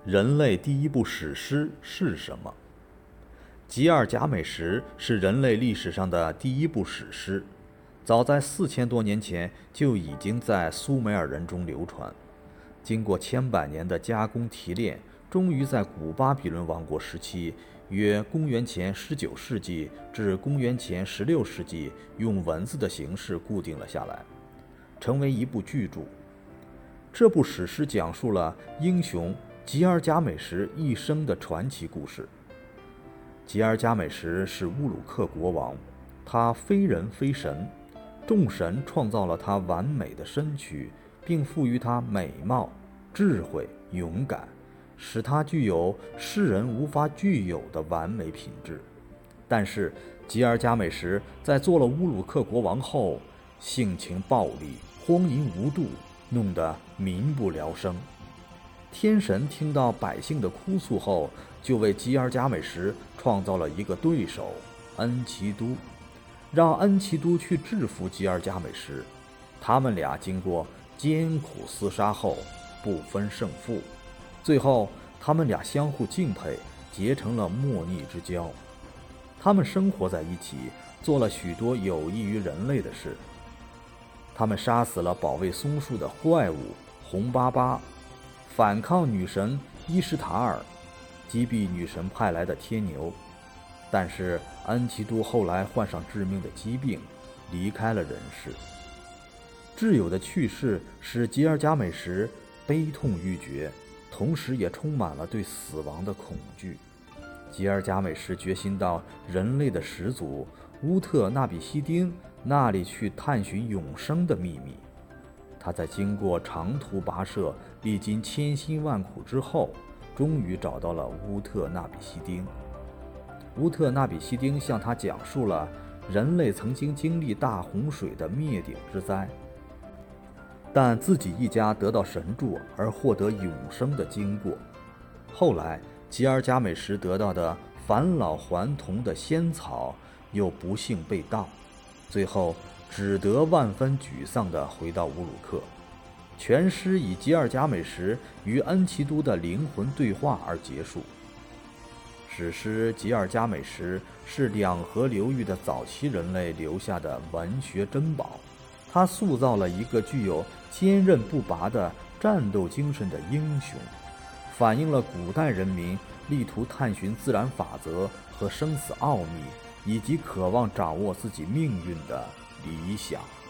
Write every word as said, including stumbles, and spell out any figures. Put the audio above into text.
人类第一部史诗是什么？吉尔伽美什是人类历史上的第一部史诗，早在四千多年前就已经在苏美尔人中流传。经过千百年的加工提炼，终于在古巴比伦王国时期，约公元前十九世纪至公元前十六世纪，用文字的形式固定了下来，成为一部巨著。这部史诗讲述了英雄吉尔伽美什一生的传奇故事。吉尔伽美什是乌鲁克国王，他非人非神，众神创造了他完美的身躯，并赋予他美貌、智慧、勇敢，使他具有世人无法具有的完美品质。但是吉尔伽美什在做了乌鲁克国王后，性情暴戾，荒淫无度，弄得民不聊生。天神听到百姓的哭诉后，就为吉尔伽美什创造了一个对手恩奇都，让恩奇都去制服吉尔伽美什。他们俩经过艰苦厮杀后不分胜负，最后他们俩相互敬佩，结成了莫逆之交。他们生活在一起，做了许多有益于人类的事。他们杀死了保卫松树的怪物红巴巴，反抗女神伊什塔尔，击毙女神派来的天牛。但是恩奇都后来患上致命的疾病，离开了人世。挚友的去世使吉尔伽美什悲痛欲绝，同时也充满了对死亡的恐惧。吉尔伽美什决心到人类的始祖乌特纳比西丁那里去探寻永生的秘密。他在经过长途跋涉，历经千辛万苦之后，终于找到了乌特纳比西丁。乌特纳比西丁向他讲述了人类曾经经历大洪水的灭顶之灾，但自己一家得到神助而获得永生的经过。后来吉尔伽美什得到的返老还童的仙草又不幸被盗，最后只得万分沮丧地回到乌鲁克。全诗以吉尔伽美什与恩奇都的灵魂对话而结束。史诗《吉尔伽美什》是两河流域的早期人类留下的文学珍宝，它塑造了一个具有坚韧不拔的战斗精神的英雄，反映了古代人民力图探寻自然法则和生死奥秘，以及渴望掌握自己命运的理想。